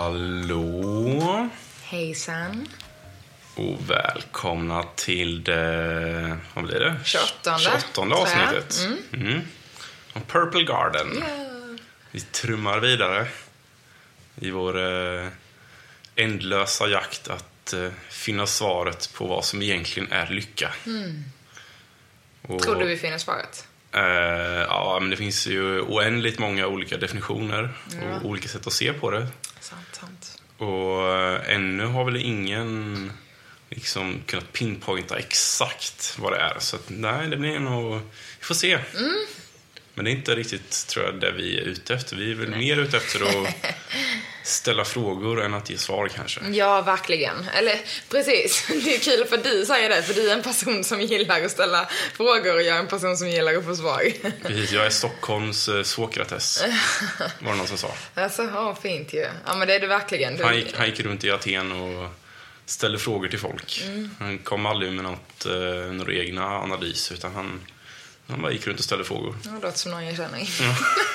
Hallå! Hejsan! Och välkomna till det... Vad blir det? 28 avsnittet. Om Purple Garden. Yeah. Vi trummar vidare i vår ändlösa jakt att finna svaret på vad som egentligen är lycka. Tror du vi finner svaret? Ja, men det finns ju oändligt många olika definitioner och olika sätt att se på det. Sant. Och ännu har väl ingen liksom kunnat pinpointa exakt vad det är. Så att, nej, det blir nog... Vi får se. Men det är inte riktigt, tror jag, det vi är ute efter. Vi är väl mer ute efter att ställa frågor än att ge svar kanske. Ja, verkligen. Eller precis, det är kul för du säger det. För du är en person som gillar att ställa frågor och jag är en person som gillar att få svar. Precis, jag är Stockholms Sokrates, var det någon som sa. Alltså, ja, fint ju. Ja, men det är det verkligen. Han gick runt i Aten och ställde frågor till folk. Han kom aldrig med några egna analyser, utan han bara gick runt och ställde frågor. Ja, det låter som någon jag känner. Ja.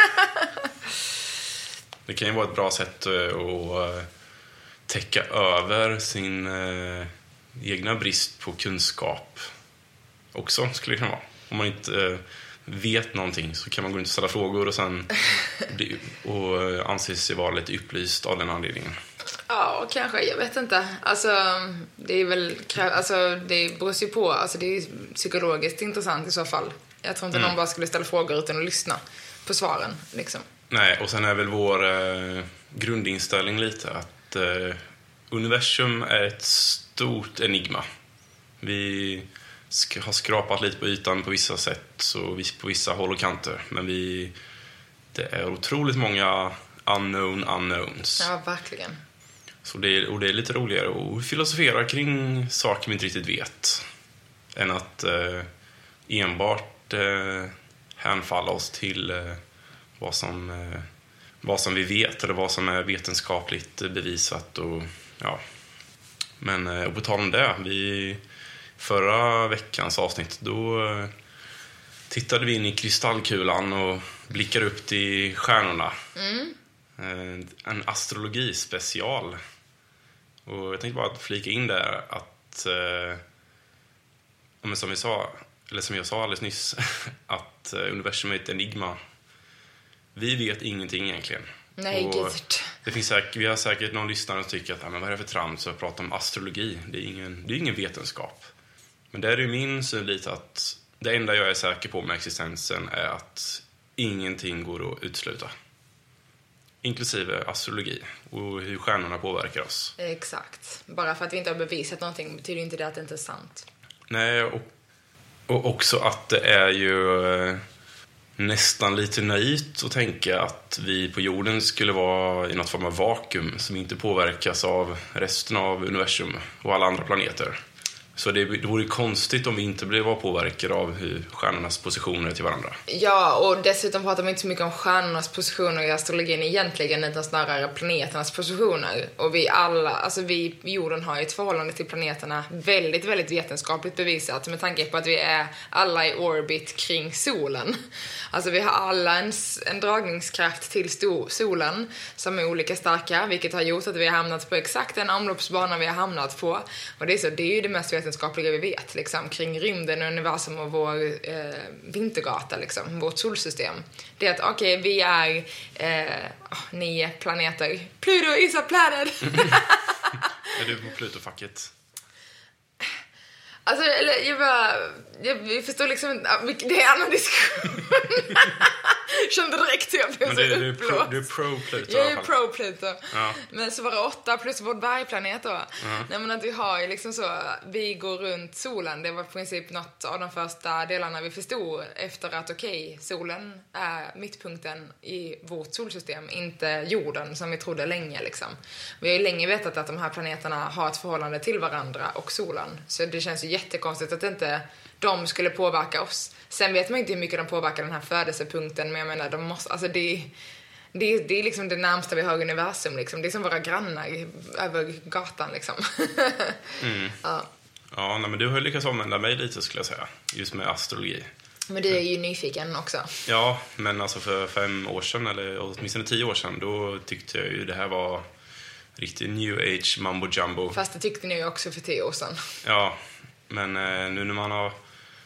Det kan ju vara ett bra sätt att täcka över sin egna brist på kunskap också, skulle det kunna vara. Om man inte vet någonting så kan man gå runt och ställa frågor och sen och anse sig vara lite upplyst av den anledningen. Ja, kanske. Jag vet inte. Alltså, det är väl... Alltså, det beror ju på. Alltså, det är psykologiskt intressant i så fall. Jag tror inte någon bara skulle ställa frågor utan att lyssna på svaren, liksom. Nej, och sen är väl vår grundinställning lite att universum är ett stort enigma. Vi har skrapat lite på ytan på vissa sätt och på vissa håll och kanter. Men det är otroligt många unknowns. Ja, verkligen. Så det är lite roligare att filosofera kring saker vi inte riktigt vet än att enbart hänfalla oss till vad som vi vet eller vad som är vetenskapligt bevisat. Och, ja. Men på tal om det, förra veckans avsnitt då tittade vi in i kristallkulan och blickade upp till stjärnorna. En astrologispecial. Och jag tänkte bara flika in där att men som jag sa alldeles nyss att universum är ett enigma. Vi vet ingenting egentligen. Nej, vi har säkert någon lyssnare som tycker att men vad är det för trams att prata om astrologi? Det är ingen vetenskap. Men det är ju min syn lite att det enda jag är säker på med existensen är att ingenting går att utsluta. Inklusive astrologi och hur stjärnorna påverkar oss. Exakt. Bara för att vi inte har bevisat någonting betyder inte det att det inte är sant. Nej, och också att det är ju nästan lite naivt att tänka att vi på jorden skulle vara i något form av vakuum som inte påverkas av resten av universum och alla andra planeter. Så det vore konstigt om vi inte blev påverkade av hur stjärnornas positioner till varandra. Ja, och dessutom pratar man inte så mycket om stjärnornas positioner i astrologin egentligen, utan snarare planeternas positioner. Och vi jorden har ju ett förhållande till planeterna väldigt, väldigt vetenskapligt bevisat med tanke på att vi är alla i orbit kring solen. Alltså vi har alla en dragningskraft till solen som är olika starka, vilket har gjort att vi har hamnat på exakt den omloppsbana vi har hamnat på. Och det är ju det mest vetenskapliga vi vet, liksom, kring rymden, universum och vår vintergata, liksom, vårt solsystem. Det är att vi är 9 planeter. Pluto is a planet! Är du på Pluto-facket? Alltså, vi förstår liksom, det är en annan diskussion. Kände direkt hur jag blev så uppblåst. Du är pro-Pluto. Jag är pro-Pluto. Ja. Men så var det 8 plus vår bergplanet då. Nej, men att vi har ju liksom så, vi går runt solen. Det var i princip något av de första delarna vi förstod efter att solen är mittpunkten i vårt solsystem, inte jorden som vi trodde länge liksom. Vi har ju länge vetat att de här planeterna har ett förhållande till varandra och solen. Så det känns ju jättekonstigt att inte de skulle påverka oss. Sen vet man inte hur mycket de påverkar den här födelsepunkten, men jag menar, de måste, alltså det är liksom det närmsta vi har universum liksom. Det är som våra grannar över gatan liksom. Ja, men du har lyckats omvända mig lite, skulle jag säga, just med astrologi. Men du är ju nyfiken också. Ja, men alltså för 5 år sedan, eller åtminstone 10 år sedan, då tyckte jag ju det här var riktig new age mambo jumbo. Fast det tyckte ni ju också för 10 år sedan. Ja, men nu när man har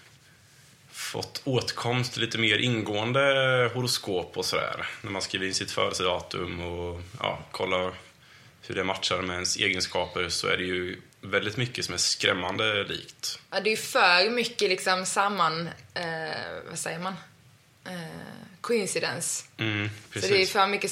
fått åtkomst till lite mer ingående horoskop och sådär, när man skriver in sitt födelsedatum och kollar hur det matchar med ens egenskaper, så är det ju väldigt mycket som är skrämmande likt. Ja, det är ju för mycket liksom vad säger man? Coincidence. Precis. Så det är för mycket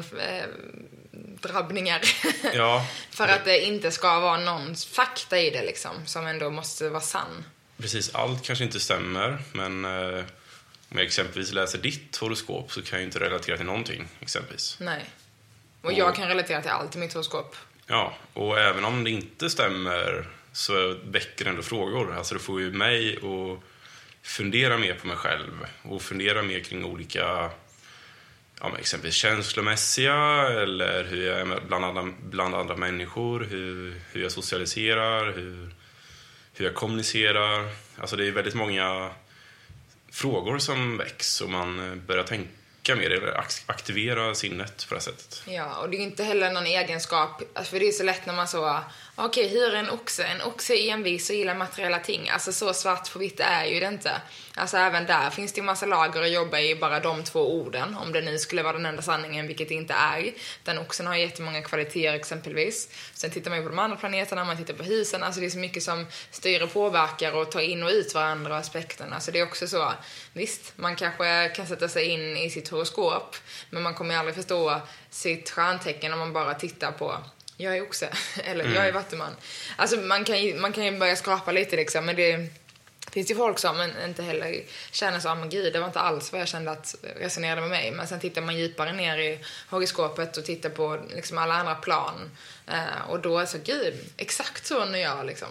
sammandrabbningar. Ja. För att det inte ska vara någon fakta i det liksom, som ändå måste vara sann. Precis, allt kanske inte stämmer, men om jag exempelvis läser ditt horoskop så kan jag inte relatera till någonting, exempelvis. Nej. Och jag kan relatera till allt i mitt horoskop. Ja, och även om det inte stämmer så väcker det ändå frågor. Alltså det får ju mig att fundera mer på mig själv och fundera mer kring olika, exempelvis känslomässiga, eller hur jag är bland andra människor, hur jag socialiserar, hur jag kommunicerar. Alltså det är väldigt många frågor som väcks och man börjar tänka mer eller aktivera sinnet på det sättet. Ja, och det är inte heller någon egenskap, för det är så lätt när man okej, hur är en oxe? En oxe är envis och gillar materiella ting. Alltså så svart på vitt är ju det inte. Alltså även där finns det ju massa lager att jobba i, bara de 2 orden, om det nu skulle vara den enda sanningen, vilket det inte är. Den oxen har jättemånga kvaliteter exempelvis. Sen tittar man ju på de andra planeterna, man tittar på husen, alltså det är så mycket som styr och påverkar och tar in och ut varandra och aspekterna. Så det är också så, visst, man kanske kan sätta sig in i sitt horoskop, men man kommer aldrig förstå sitt stjärntecken om man bara tittar på jag är oxe, eller jag är vattuman. Alltså man kan ju börja skrapa lite liksom, men det finns ju folk som inte heller känner så, men gud, det var inte alls vad jag kände att resonerade med mig. Men sen tittar man djupare ner i horoskopet och tittar på liksom alla andra plan. Och då är så, gud, exakt så nu jag liksom.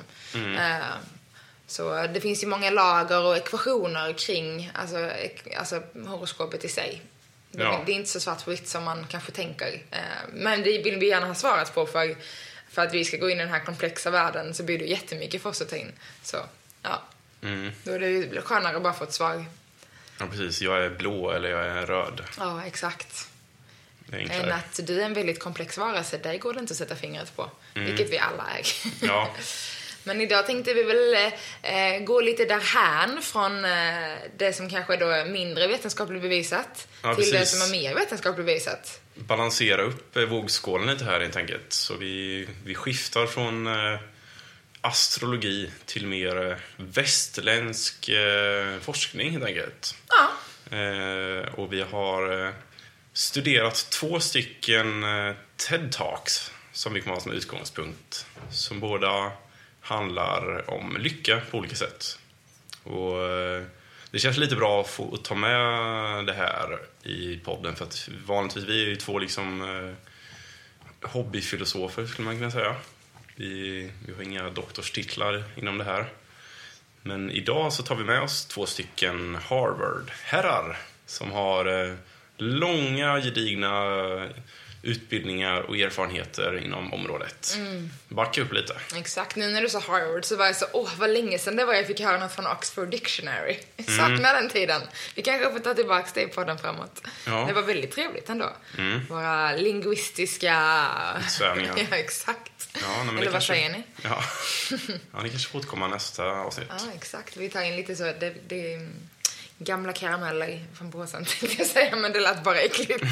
Så det finns ju många lager och ekvationer kring alltså horoskopet i sig. Ja. Det är inte så svart på vitt som man kanske tänker. Men det vill vi gärna ha svarat på, för att vi ska gå in i den här komplexa världen så blir det jättemycket för oss att ta in. Så, ja. Då är det ju skönare att bara få ett svar. Ja, precis. Jag är blå eller jag är röd. Ja, exakt. Än att du är en väldigt komplex varelse, där går det inte att sätta fingret på. Vilket vi alla är. Ja. Men idag tänkte vi väl gå lite därhän från det som kanske då är mindre vetenskapligt bevisat till precis. det som är mer vetenskapligt bevisat. Balansera upp vågskålen lite här helt enkelt. Så vi skiftar från astrologi till mer västerländsk forskning helt enkelt. Ja. Och vi har studerat 2 stycken TED-talks som vi kommer ha som utgångspunkt. Som båda handlar om lycka på olika sätt. Och det känns lite bra att få ta med det här i podden, för att vanligtvis vi är ju 2 liksom hobbyfilosofer skulle man kunna säga. Vi har inga doktorstitlar inom det här. Men idag så tar vi med oss 2 stycken Harvard-herrar som har långa, gedigna utbildningar och erfarenheter inom området. Backa upp lite. Exakt, nu när du sa Harvard så var jag så, vad länge sedan det var jag fick höra något från Oxford Dictionary. Saknar den tiden. Vi kanske får ta tillbaka det på den framåt. Ja. Det var väldigt trevligt ändå. Våra lingvistiska utsvävningar. Ja, exakt. Ja, men eller vad säger ni? Ja. Ja, ni kanske får återkomma nästa avsnitt. Ja, exakt. Vi tar in lite så, det är gamla karameller från påsen tänkte jag säga, men det lät bara äckligt.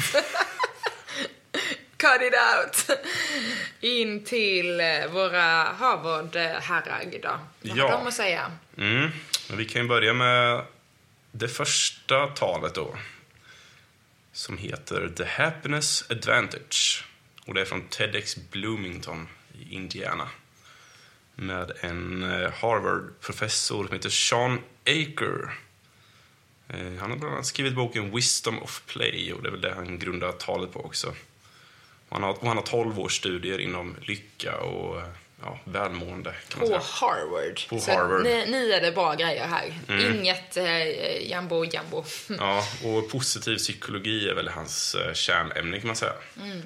Cut it out. In till våra Harvard-herrar idag. Vad har de att säga? Men vi kan ju börja med det första talet då. Som heter The Happiness Advantage. Och det är från TEDx Bloomington i Indiana. Med en Harvard-professor som heter Sean Aker. Han har bland annat skrivit boken Wisdom of Play. Och det är väl det han grundar talet på också. Han har 12 års studier inom lycka och välmående. Kan man säga. Harvard. På så Harvard. Ni är det bra grejer här. Inget jambo. Ja, och positiv psykologi är väl hans kärnämne kan man säga.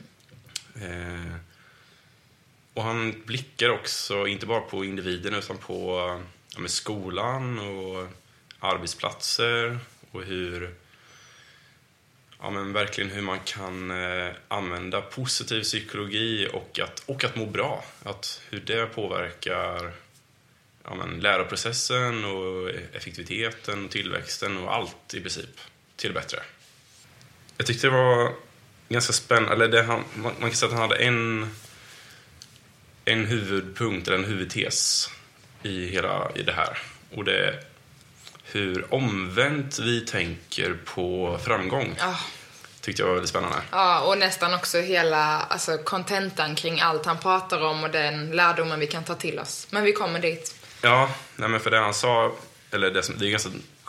Och han blickar också inte bara på individen utan på med skolan och arbetsplatser och hur ja, men verkligen hur man kan använda positiv psykologi och att må bra. Hur det påverkar läroprocessen och effektiviteten och tillväxten och allt i princip till bättre. Jag tyckte det var ganska spännande. Eller man kan säga att han hade en huvudpunkt eller en huvudtes i det här. Och det är hur omvänt vi tänker på framgång. Tyckte jag var väldigt spännande. Ja, och nästan också hela kontentan kring allt han pratar om och den lärdomen vi kan ta till oss. Men vi kommer dit. Ja, men för det han sa, eller det är ganska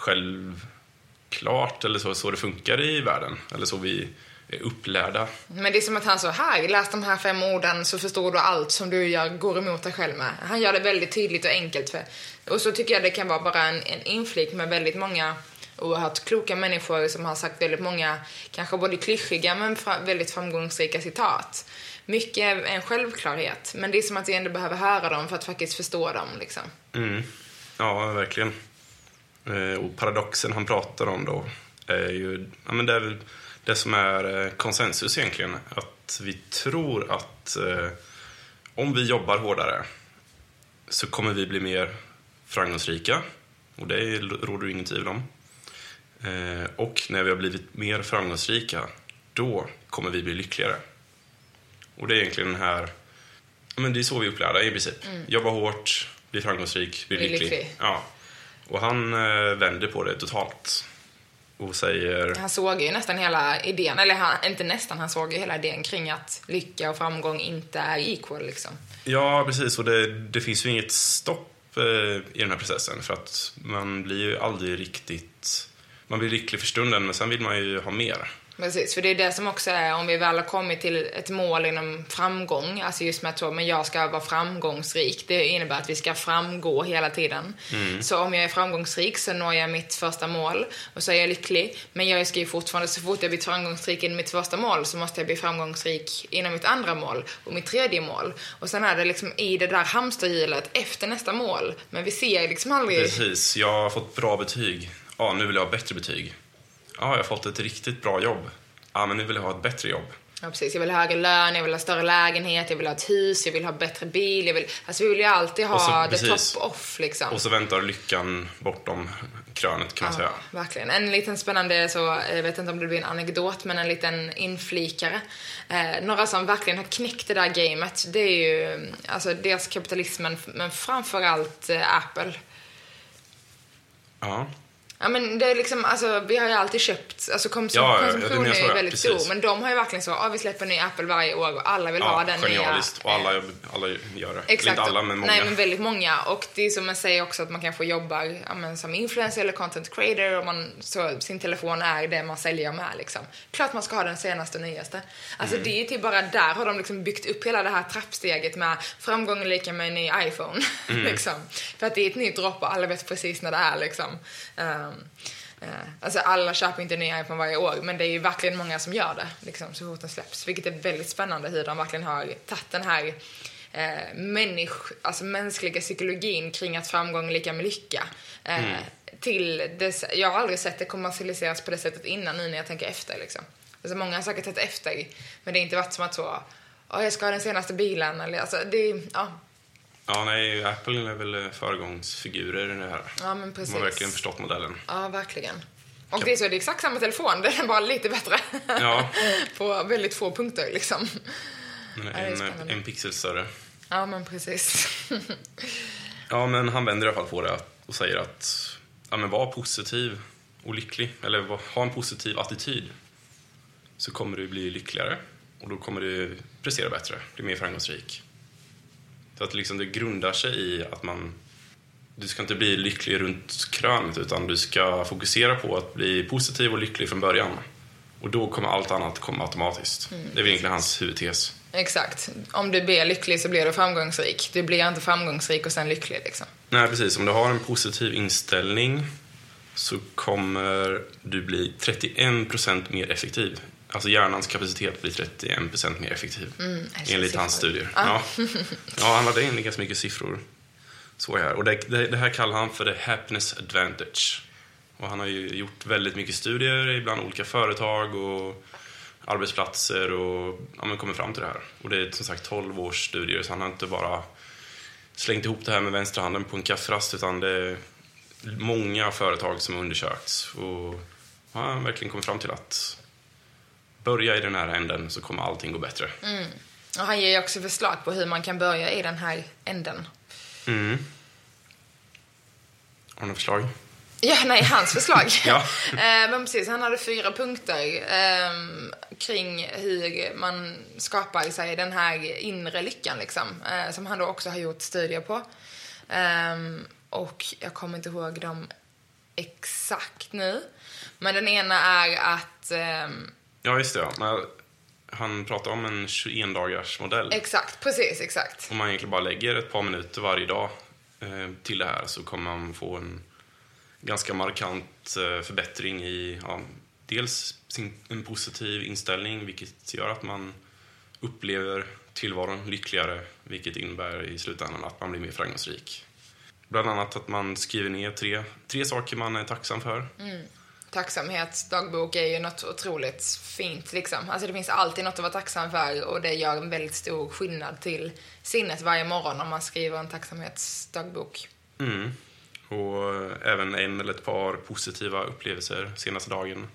självklart, eller så det funkar i världen. Eller så vi är upplärda. Men det är som att han sa, här, läs de här 5 orden så förstår du allt som du går emot dig själv med. Han gör det väldigt tydligt och enkelt. Och så tycker jag det kan vara bara en inflik med väldigt många oerhört kloka människor som har sagt väldigt många, kanske både klyschiga men väldigt framgångsrika citat. Mycket är en självklarhet, men det är som att vi ändå behöver höra dem för att faktiskt förstå dem liksom. Ja, verkligen. Och paradoxen han pratar om då är ju, det är väl det som är konsensus egentligen, att vi tror att om vi jobbar hårdare så kommer vi bli mer framgångsrika, och det råder ingen tvivel om. Och när vi har blivit mer framgångsrika, då kommer vi bli lyckligare. Och det är egentligen den här, det är så vi upplärda i princip. Jobba hårt, bli framgångsrik, bli lycklig. Ja. Och han vänder på det totalt och säger... Han såg ju nästan hela idén, eller inte nästan, han såg ju hela idén kring att lycka och framgång inte är equal liksom. Ja, precis, och det finns ju inget stopp i den här processen, för att man blir ju aldrig riktigt... Man blir lycklig för stunden, men sen vill man ju ha mer. Precis, för det är det som också är, om vi väl har kommit till ett mål inom framgång, alltså just med att men jag ska vara framgångsrik, det innebär att vi ska framgå hela tiden. Så om jag är framgångsrik så når jag mitt första mål och så är jag lycklig, men jag ska ju fortfarande, så fort jag blir framgångsrik inom mitt första mål så måste jag bli framgångsrik inom mitt andra mål och mitt tredje mål. Och sen är det liksom i det där hamsterhjulet efter nästa mål, men vi ser liksom aldrig... Precis, jag har fått bra betyg. Ja, nu vill jag ha bättre betyg. Ja, jag har fått ett riktigt bra jobb. Ja, men nu vill jag ha ett bättre jobb. Ja, precis. Jag vill ha högre lön, jag vill ha större lägenhet, jag vill ha ett hus, jag vill ha bättre bil. Vi vill ju alltid ha det top off liksom. Och så väntar lyckan bortom krönet, kan man säga. Verkligen. En liten spännande, jag vet inte om det blir en anekdot, men en liten inflikare. Några som verkligen har knäckt det där gamet, det är ju dels kapitalismen, men framförallt Apple. Ja. Ja, men det är liksom, vi har ju alltid köpt, konsumtionen är ju väldigt stor, men de har ju verkligen vi släpper en ny Apple varje år och alla vill ha den nya. Och alla gör det. Exakt. Inte alla, men många. Nej, men väldigt många. Och det är som man säger också att man kan få jobba som influencer eller content creator, och sin telefon är det man säljer med liksom. Klart man ska ha den senaste och nyaste. Det är ju typ bara där har de liksom byggt upp hela det här trappsteget med framgången lika med en ny iPhone liksom. För att det är ett nytt dropp och alla vet precis när det är liksom. Alla köper inte en ny iPhone varje år, men det är ju verkligen många som gör det liksom, så fort den släpps, vilket är väldigt spännande hur de verkligen har tagit den här mänskliga psykologin kring att framgång är lika med lycka till det. Jag har aldrig sett det kommersialiseras på det sättet innan, nu när jag tänker efter liksom. Många har säkert sett efter, men det är inte varit som att jag ska ha den senaste bilen eller Ja, nej, Apple är väl föregångsfigurer i det här. Ja, men precis. De har verkligen förstått modellen. Ja, verkligen. Och det är exakt samma telefon, det är bara lite bättre. Ja. På väldigt få punkter, liksom. En pixel större. Ja, men precis. Ja, men han vänder i alla fall på det och säger att var positiv och lycklig. Eller ha en positiv attityd. Så kommer du bli lyckligare. Och då kommer du prestera bättre. Du är mer framgångsrik. Så att liksom det grundar sig i att du ska inte bli lycklig runt krönet, utan du ska fokusera på att bli positiv och lycklig från början. Och då kommer allt annat komma automatiskt. Det är väl egentligen hans huvudtes. Exakt. Om du blir lycklig så blir du framgångsrik. Du blir inte framgångsrik och sen lycklig liksom. Nej, precis. Om du har en positiv inställning så kommer du bli 31% mer effektiv. Alltså hjärnans kapacitet blir 31% mer effektiv. Enligt hans studier. Ja, han hade in ganska mycket siffror. Så här. Och det här kallar han för the happiness advantage. Och han har ju gjort väldigt mycket studier ibland olika företag och arbetsplatser och kommit fram till det här. Och det är som sagt 12 års studier, så han har inte bara slängt ihop det här med vänsterhanden på en kafferast, utan det är många företag som har undersökts. Och han har verkligen kommit fram till att börja i den här änden så kommer allting gå bättre. Och han ger ju också förslag på hur man kan börja i den här änden. Har du några förslag? Ja, nej, hans förslag. Ja. Men precis, han hade 4 punkter kring hur man skapar sig den här inre lyckan liksom, som han då också har gjort studier på. Och jag kommer inte ihåg dem exakt nu. Men den ena är att... Ja, just det. Ja. Men han pratar om en 21-dagars modell. Exakt, precis, exakt. Om man egentligen bara lägger ett par minuter varje dag till det här, så kommer man få en ganska markant förbättring i dels en positiv inställning, vilket gör att man upplever tillvaron lyckligare, vilket innebär i slutändan att man blir mer framgångsrik. Bland annat att man skriver ner 3 saker man är tacksam för. Tacksamhetsdagbok är ju något otroligt fint liksom. Alltså det finns alltid något att vara tacksam för, och det gör en väldigt stor skillnad till sinnet varje morgon om man skriver en tacksamhetsdagbok. Och även en eller ett par positiva upplevelser senaste dagen.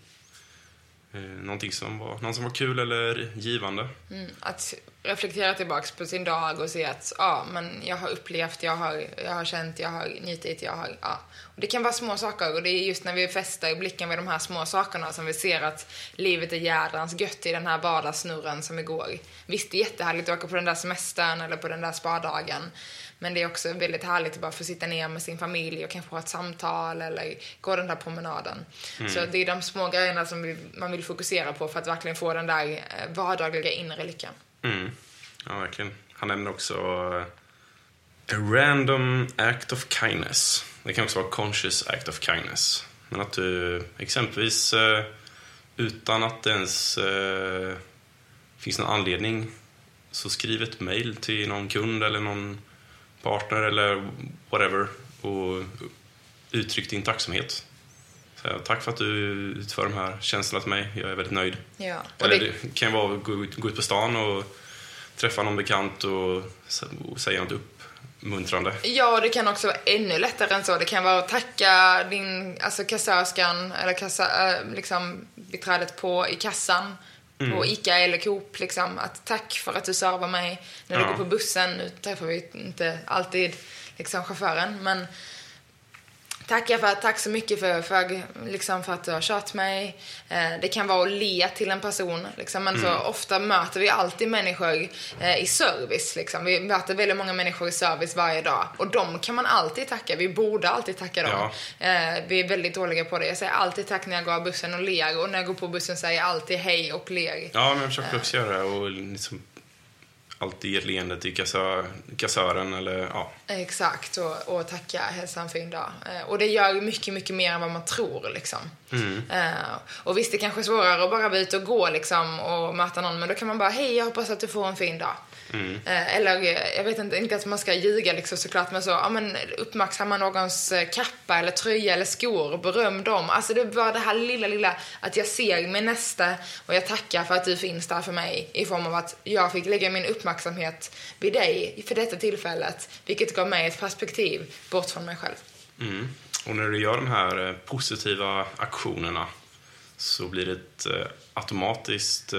Någon som var kul eller givande. Att reflektera tillbaks på sin dag och se att men jag har upplevt, jag har känt, jag har njutit, Och det kan vara små saker, och det är just när vi fäster blicken vid de här små sakerna som vi ser att livet är jädrans gött i den här vardagssnurren som vi går. Visst, det är jättehärligt att åka på den där semestern eller på den där spadagen. Men det är också väldigt härligt att bara få sitta ner med sin familj och kanske ha ett samtal eller gå den där promenaden. Så det är de små grejerna som man vill fokusera på för att verkligen få den där vardagliga inre lyckan. Ja, verkligen. Han nämner också a random act of kindness. Det kan också vara conscious act of kindness. Men att du exempelvis utan att det ens finns någon anledning, så skriv ett mejl till någon kund eller någon partner eller whatever och uttryck din tacksamhet. Så, tack för att du utför de här tjänsterna till mig. Jag är väldigt nöjd. Ja. Eller det kan vara att gå ut på stan och träffa någon bekant och säga något uppmuntrande. Ja, det kan också vara ännu lättare än så. Det kan vara att tacka kassörskan eller liksom beträdet i kassan på Ica eller Coop liksom, att tack för att du servar mig när du går på bussen. Nu träffar vi inte alltid liksom chauffören, men tack så mycket för att du har kört mig. Det kan vara att le till en person liksom, men så ofta möter vi alltid människor i service liksom. Vi möter väldigt många människor i service varje dag, och de kan man alltid tacka. Vi borde alltid tacka dem. Vi är väldigt dåliga på det. Jag säger alltid tack när jag går av bussen och ler, och när jag går på bussen säger jag alltid hej och ler. Ja, men jag försöker också göra det, och liksom alltid ge ett leende till kassören eller Exakt, och tacka, hälsa en fin dag. Och det gör mycket, mycket mer än vad man tror liksom. Och visst, det kanske är svårare att bara vara ute och gå liksom, och möta någon, men då kan man bara, hej, jag hoppas att du får en fin dag. Eller jag vet inte att man ska ljuga liksom, såklart, men så uppmärksamma någons kappa eller tröja eller skor och beröm dem. Alltså det var det här lilla att jag ser min nästa och jag tackar för att du finns där för mig, i form av att jag fick lägga min uppmärksamhet vid dig för detta tillfället, vilket gav mig ett perspektiv bort från mig själv. Och när du gör de här positiva aktionerna så blir det ett automatiskt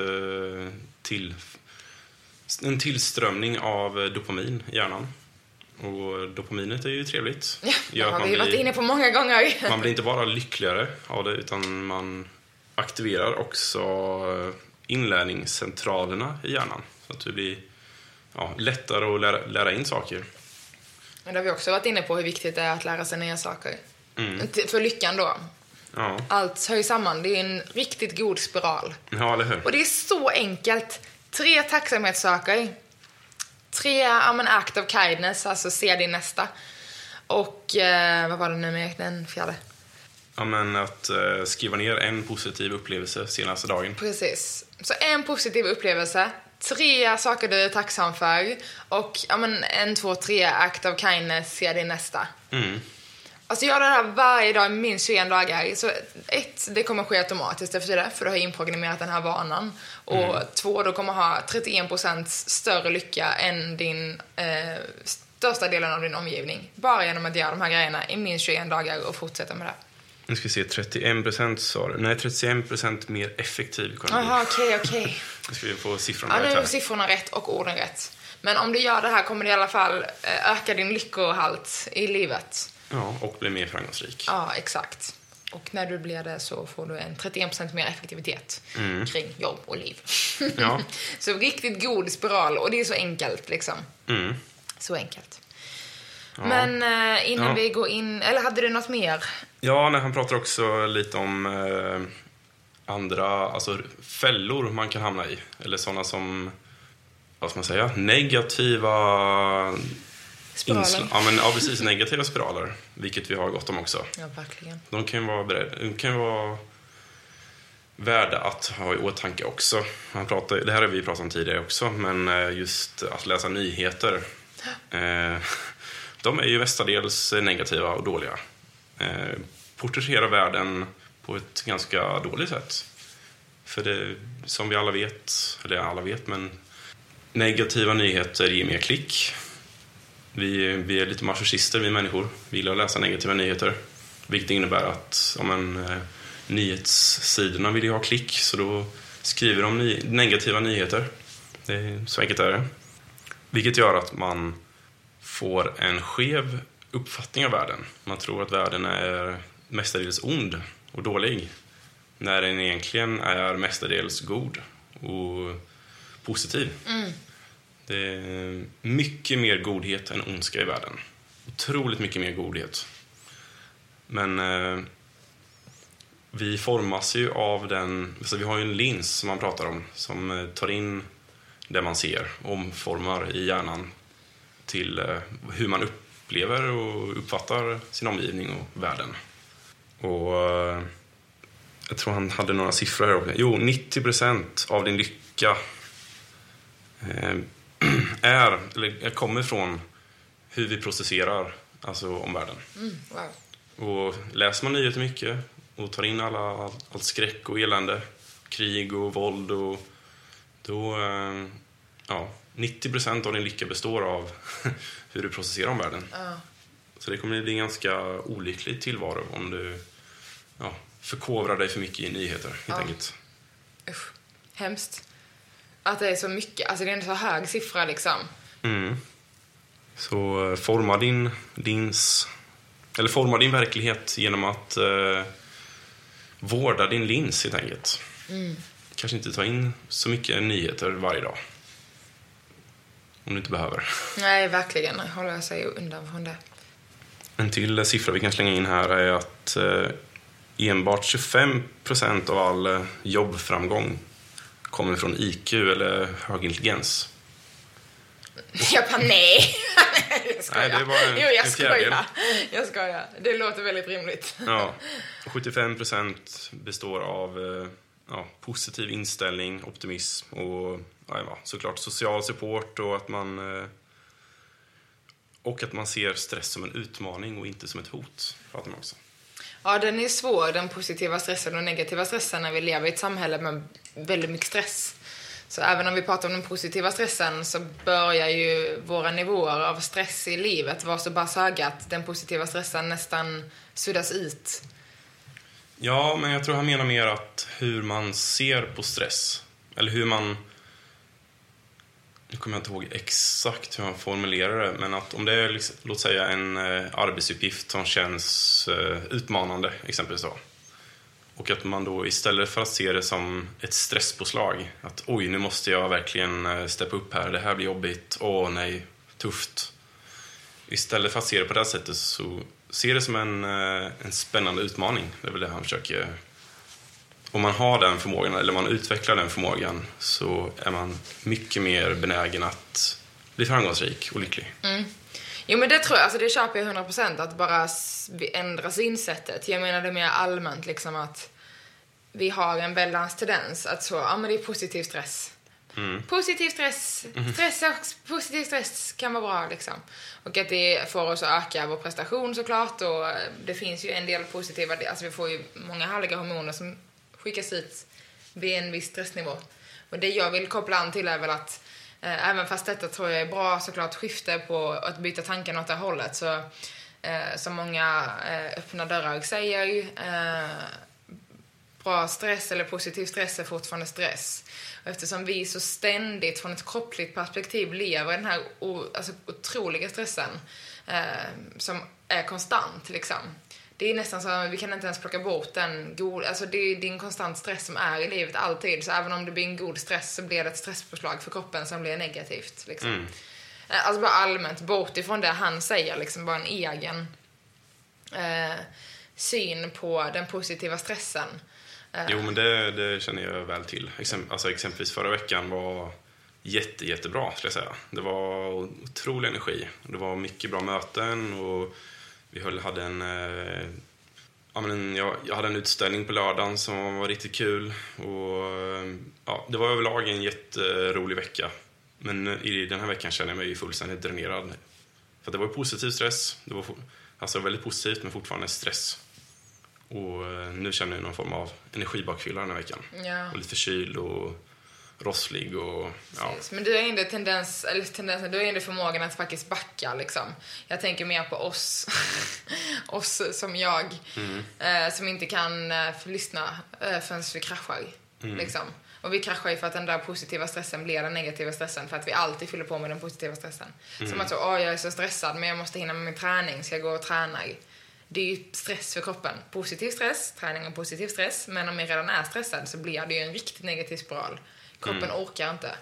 en tillströmning av dopamin i hjärnan. Och dopaminet är ju trevligt. Ja, det har vi varit inne på många gånger. Man blir inte bara lyckligare av det, utan man aktiverar också inlärningscentralerna i hjärnan. Så att det blir lättare att lära in saker. Men det har vi också varit inne på, hur viktigt det är att lära sig nya saker. För lyckan då. Ja. Allt hör ju samman. Det är en riktigt god spiral. Ja, eller hur? Och det är så enkelt. 3 tacksamhetssaker. 3 act of kindness, alltså se din nästa. Och vad var det nu med den fjärde? Ja, men att skriva ner en positiv upplevelse senaste dagen. Precis. Så en positiv upplevelse, 3 saker du är tacksam för, och 1, 2, 3 act of kindness, se din nästa. Alltså gör det här varje dag i minst 21 dagar. Så det kommer ske automatiskt efter det, för du har inprogrammerat den här vanan. Och 2, du kommer ha 31% större lycka än din största delen av din omgivning. Bara genom att göra de här grejerna i minst 21 dagar och fortsätta med det. Nu ska vi se, 31% sa du. Nej, 31% mer effektiv. Jaha, okej. Nu ska vi få siffrorna rätt rätt här. här. Nu är siffrorna rätt och orden rätt. Men om du gör det här kommer det i alla fall öka din lyckohalt i livet. Ja, och bli mer framgångsrik. Ja, exakt. Och när du blir det så får du en 31% mer effektivitet kring jobb och liv. Ja. Så riktigt god spiral. Och det är så enkelt liksom. Så enkelt. Ja. Men innan vi går in... Eller hade du något mer? Ja, han pratar också lite om andra fällor man kan hamna i. Eller sådana som, vad ska man säga, negativa... Spiraler. Ja, precis, negativa spiraler. Vilket vi har gott om också. Ja, verkligen. De kan vara värda att ha i åtanke också. Det här har vi pratat om tidigare också. Men just att läsa nyheter. De är ju mestadels negativa och dåliga. Porträtterar världen på ett ganska dåligt sätt. För det, som vi alla vet, men negativa nyheter ger mer klick. Vi är lite masochister, vi människor. Vi gillar att läsa negativa nyheter. Vilket innebär att nyhetssidorna vill ju ha klick, så då skriver de negativa nyheter. Det är så enkelt är det. Vilket gör att man får en skev uppfattning av världen. Man tror att världen är mestadels ond och dålig. När den egentligen är mestadels god och positiv. Det är mycket mer godhet än ondska i världen. Otroligt mycket mer godhet. Men vi formas ju av den... Så vi har ju en lins som man pratar om, som tar in det man ser, omformar i hjärnan till hur man upplever och uppfattar sin omgivning och världen. Och jag tror han hade några siffror här också. 90% av din lycka kommer från hur vi processerar omvärlden. Wow. Och läser man nyheter mycket och tar in allt skräck och elände, krig och våld, och då 90% av din lycka består av hur du processerar omvärlden. Så det kommer bli en ganska olycklig tillvaro om du förkovrar dig för mycket i nyheter, helt enkelt. Usch, hemskt. Att det är så mycket, det är en så hög siffra liksom. Så forma din verklighet genom att vårda din lins, helt enkelt. Kanske inte ta in så mycket nyheter varje dag. Om du inte behöver. Nej, verkligen. Håller sig undan från det. En till siffra vi kan slänga in här är att enbart 25% av all jobbframgång kommer från IQ eller hög intelligens. Jag bara, nej. Jag skojar. Nej, det var jag skojar. Det låter väldigt rimligt. Ja, 75% består av positiv inställning, optimism och såklart social support, och att man ser stress som en utmaning och inte som ett hot, pratar man också. Ja, den är svår, den positiva stressen och negativa stressen, när vi lever i ett samhälle med väldigt mycket stress. Så även om vi pratar om den positiva stressen så börjar ju våra nivåer av stress i livet vara så pass höga att den positiva stressen nästan suddas ut. Ja, men jag tror han menar mer att hur man ser på stress. Eller hur man... Nu kommer jag inte ihåg exakt hur man formulerar det, men att om det är, låt säga, en arbetsuppgift som känns utmanande, exempelvis då. Och att man då istället för att se det som ett stresspåslag, att oj, nu måste jag verkligen steppa upp här, det här blir jobbigt, nej, tufft. Istället för att se det på det sättet så ser det som en spännande utmaning. Det är väl det han försöker. Om man har den förmågan, eller man utvecklar den förmågan, så är man mycket mer benägen att bli framgångsrik och lycklig. Jo, men det tror jag, det köper jag 100%, att bara ändra synsättet. Jag menar det mer allmänt liksom, att vi har en väldans tendens att men det är positiv stress. Positiv positiv stress kan vara bra liksom. Och att det får oss att öka vår prestation såklart. Och det finns ju en del positiva, alltså vi får ju många härliga hormoner som skickas ut vid en viss stressnivå. Och det jag vill koppla an till är väl att även fast detta tror jag är bra såklart skifte på att byta tanken åt det hållet, så som många öppna dörrar säger, bra stress eller positiv stress är fortfarande stress. Och eftersom vi så ständigt från ett kroppsligt perspektiv lever den här otroliga stressen som är konstant liksom. Det är nästan så att vi kan inte ens plocka bort den god, alltså det är en konstant stress som är i livet alltid. Så även om det blir en god stress så blir det ett stresspåslag för kroppen som blir negativt liksom. Alltså bara allmänt bort ifrån det han säger liksom, bara en egen syn på den positiva stressen. Jo, men det känner jag väl till. Exempelvis förra veckan var jättebra, skulle jag säga. Det var otrolig energi. Det var mycket bra möten och vi hade jag hade en utställning på lördagen som var riktigt kul. Och ja, det var överlag en jätterolig vecka. Men i den här veckan känner jag mig fullständigt dränerad. För det var positiv stress. Det var alltså väldigt positivt men fortfarande stress. Och nu känner jag någon form av energibakfylla den här veckan. Ja. Och lite förkyld och rosslig och ja. Men du har ändå du har ändå förmågan att faktiskt backa liksom. Jag tänker mer på oss oss som jag som inte kan lyssna förrän vi kraschar liksom. Och vi kraschar ju för att den där positiva stressen blir den negativa stressen, för att vi alltid fyller på med den positiva stressen. Som att jag är så stressad men jag måste hinna med min träning, så jag går och tränar. Det är ju stress för kroppen. Positiv stress, träning och positiv stress. Men om jag redan är stressad så blir det ju en riktigt negativ spiral. Kroppen orkar inte.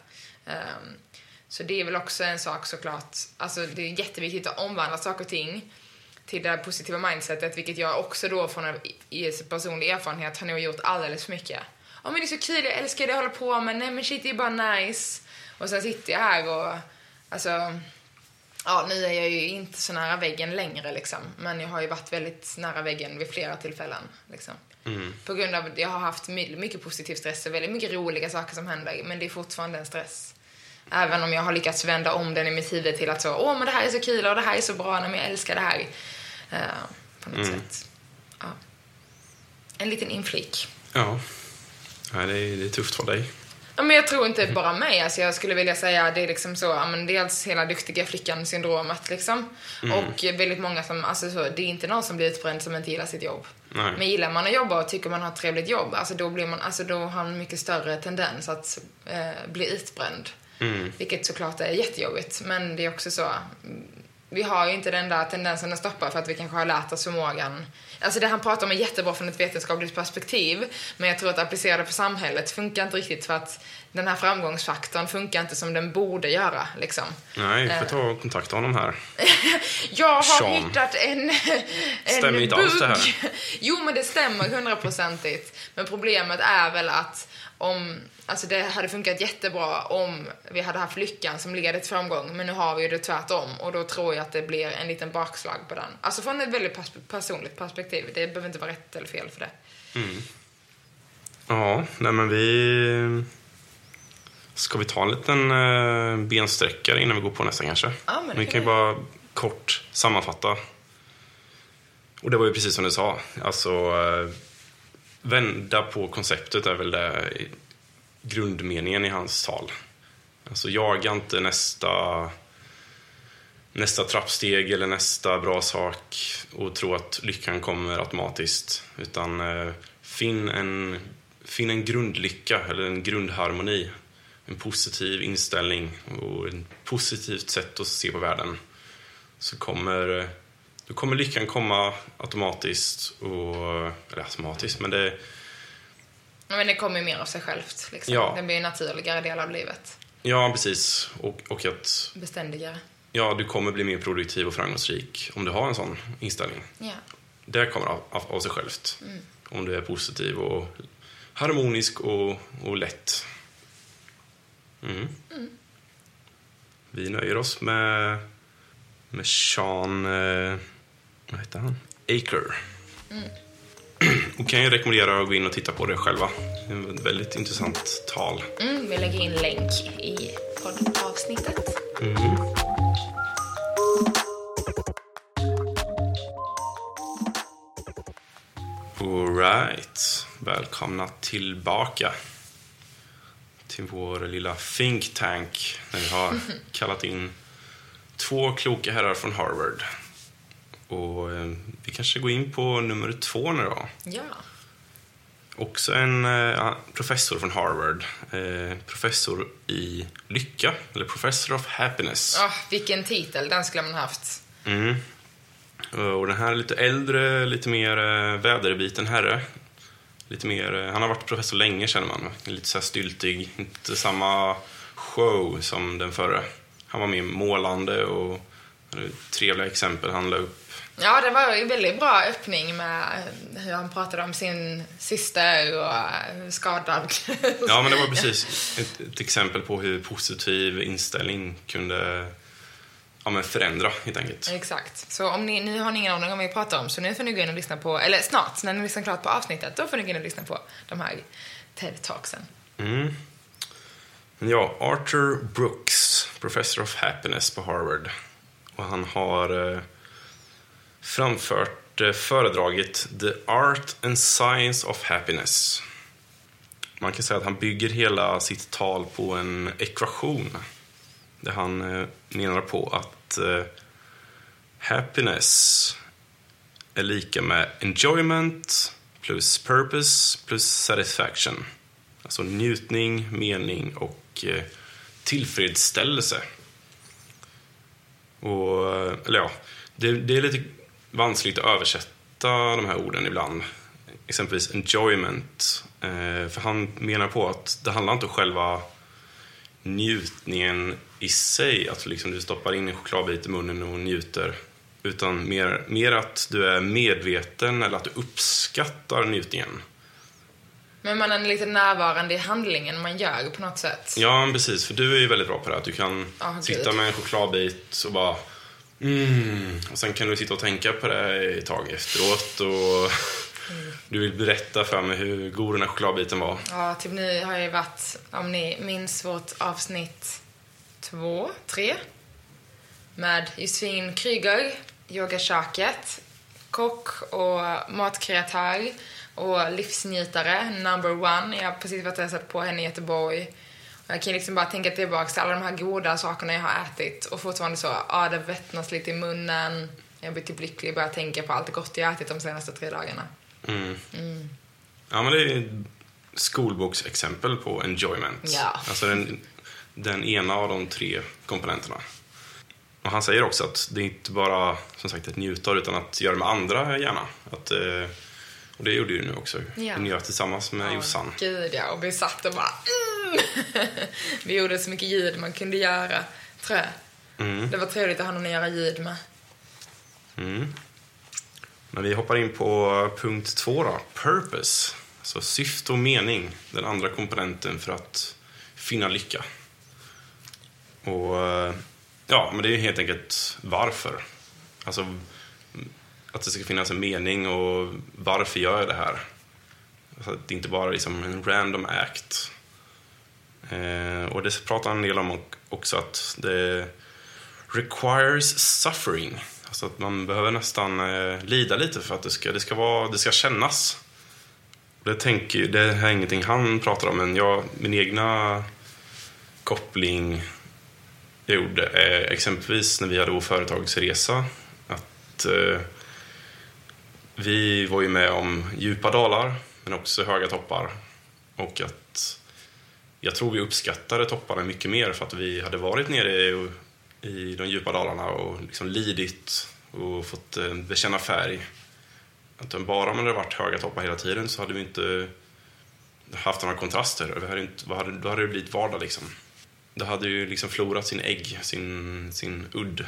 Så det är väl också en sak såklart. Alltså det är jätteviktigt att omvandla saker och ting till det positiva mindsetet. Vilket jag också då från personlig erfarenhet har nog gjort alldeles för mycket. Men det är så kul, jag älskar det jag håller på med. Nej men shit, det är bara nice. Och sen sitter jag här och alltså... Ja, nu är jag ju inte så nära väggen längre liksom. Men jag har ju varit väldigt nära väggen vid flera tillfällen liksom. På grund av att jag har haft mycket positiv stress och väldigt mycket roliga saker som händer. Men det är fortfarande en stress. Även om jag har lyckats vända om den i mitt huvud till att så, men det här är så kul och det här är så bra när jag älskar det här. På något sätt. Ja. En liten inflik. Ja, det är tufft för dig. Ja, men jag tror inte bara mig. Alltså jag skulle vilja säga det är liksom så, ja, men dels hela duktiga flickan-syndromet liksom. Och väldigt många som, alltså så, det är inte någon som blir utbränd som inte gillar sitt jobb. Nej. Men gillar man att jobba och tycker man har ett trevligt jobb, alltså då blir man, alltså då har man mycket större tendens att bli utbränd. Vilket såklart är jättejobbigt. Men det är också så, vi har ju inte den där tendensen att stoppa för att vi kanske har lärt oss förmågan. Alltså det han pratar om är jättebra från ett vetenskapligt perspektiv, men jag tror att applicera det på samhället funkar inte riktigt, för att den här framgångsfaktorn funkar inte som den borde göra liksom. Nej, får ta och kontakta honom här. Jag har Sean. hittat en Stämmer inte bugg. alls det här. Jo, men det stämmer 100%. Men problemet är väl att alltså det hade funkat jättebra om vi hade haft lyckan som leder till framgång, men nu har vi ju det tvärtom, och då tror jag att det blir en liten bakslag på den. Alltså från ett väldigt personligt perspektiv. Det behöver inte vara rätt eller fel för det. Ja, nej men ska vi ta en liten bensträckare innan vi går på nästa kanske? Ja, men vi kan ju bara kort sammanfatta. Och det var ju precis som du sa. Alltså, vända på konceptet är väl det grundmeningen i hans tal. Alltså jaga inte nästa trappsteg eller nästa bra sak och tro att lyckan kommer automatiskt. Utan finn en grundlycka eller en grundharmoni. En positiv inställning och ett positivt sätt att se på världen. Så kommer lyckan komma automatiskt. Eller automatiskt, men det... Men det kommer ju mer av sig självt. Liksom. Ja. Det blir en naturligare del av livet. Ja, precis. Och att... Beständigare. Ja, du kommer bli mer produktiv och framgångsrik om du har en sån inställning. Ja. Det kommer av sig självt. Om du är positiv och harmonisk och lätt. Vi nöjer oss med Sean... vad heter han? Aker. Och kan jag rekommendera att gå in och titta på det själva. Det är ett väldigt intressant tal. Vi lägger in länk i poddavsnittet. All right. Välkomna tillbaka till vår lilla think tank. När vi har kallat in 2 kloka herrar från Harvard. Och vi kanske går in på nummer 2 nu då. Ja. Också en professor från Harvard. Professor i lycka. Eller Professor of Happiness. Vilken titel, den skulle man haft. Och den här är lite äldre, lite mer väderbiten herre. Lite mer, han har varit professor länge känner man. Lite så här styltig. Inte samma show som den förra. Han var mer målande och trevliga exempel han la upp. Ja, det var en väldigt bra öppning med hur han pratade om sin syster och skadad. Ja, men det var precis ett exempel på hur positiv inställning kunde förändra helt enkelt. Exakt. Så om ni har ingen aning om vad vi pratar om, så nu får ni gå in och lyssna på, eller snart när ni lyssnar klart på avsnittet, då får ni gå in och lyssna på de här TED-talksen. Ja, Arthur Brooks, Professor of Happiness på Harvard. Och han har framfört föredraget The Art and Science of Happiness. Man kan säga att han bygger hela sitt tal på en ekvation. Där han menar på att happiness är lika med enjoyment plus purpose plus satisfaction. Alltså njutning, mening och tillfredsställelse. Och, eller ja, det är lite vanskligt att översätta de här orden ibland. Exempelvis enjoyment. För han menar på att det handlar inte om själva njutningen i sig, att liksom du stoppar in en chokladbit i munnen och njuter, utan mer att du är medveten eller att du uppskattar njutningen. Men man är lite närvarande i handlingen man gör på något sätt. Ja, precis, för du är ju väldigt bra på det. Att du kan sitta med en chokladbit och bara och sen kan du sitta och tänka på det ett tag efteråt och du vill berätta för mig hur god den här chokladbiten var. Ja, typ nu har jag varit, om ni minns vårt avsnitt 3 med Josefin Kryger, yogaköket, kock och matkreatör och livsnjutare, number 1. Jag har precis varit och sett på henne i Göteborg. Och jag kan liksom bara tänka tillbaka till alla de här goda sakerna jag har ätit och fortfarande så, det vättnas lite i munnen. Jag blir typ lycklig och börjar tänka på allt det gott jag ätit de senaste 3 dagarna. Ja, men det är skolboksexempel på enjoyment. Ja. Alltså den ena av de 3 komponenterna. Och han säger också att det är inte bara som sagt ett njuta utan att göra med andra gärna. Och det gjorde ju nu också. Ja. Vi njöt tillsammans med Jossan. Gud ja, och vi satt och bara vi gjorde så mycket ljud man kunde göra, tror jag. Det var trevligt att ha någon att göra ljud med. Men vi hoppar in på punkt 2 då. Purpose. Så syfte och mening. Den andra komponenten för att finna lycka. Och ja, men det är helt enkelt varför. Alltså att det ska finnas en mening och varför gör jag det här. Alltså att det inte bara är liksom en random act. Och det pratar en del om också att det requires suffering. Alltså att man behöver nästan lida lite för att det ska kännas. Det här är ingenting han pratar om, men min egna koppling jag gjorde exempelvis när vi hade vår företagsresa, att vi var ju med om djupa dalar men också höga toppar, och att jag tror vi uppskattade topparna mycket mer för att vi hade varit nere i de djupa dalarna och liksom lidit och fått bekänna färg. Att bara om det hade varit höga toppar hela tiden så hade vi inte haft några kontraster. Då hade det blivit vardag liksom. Det hade ju liksom förlorat sin ägg, sin udd.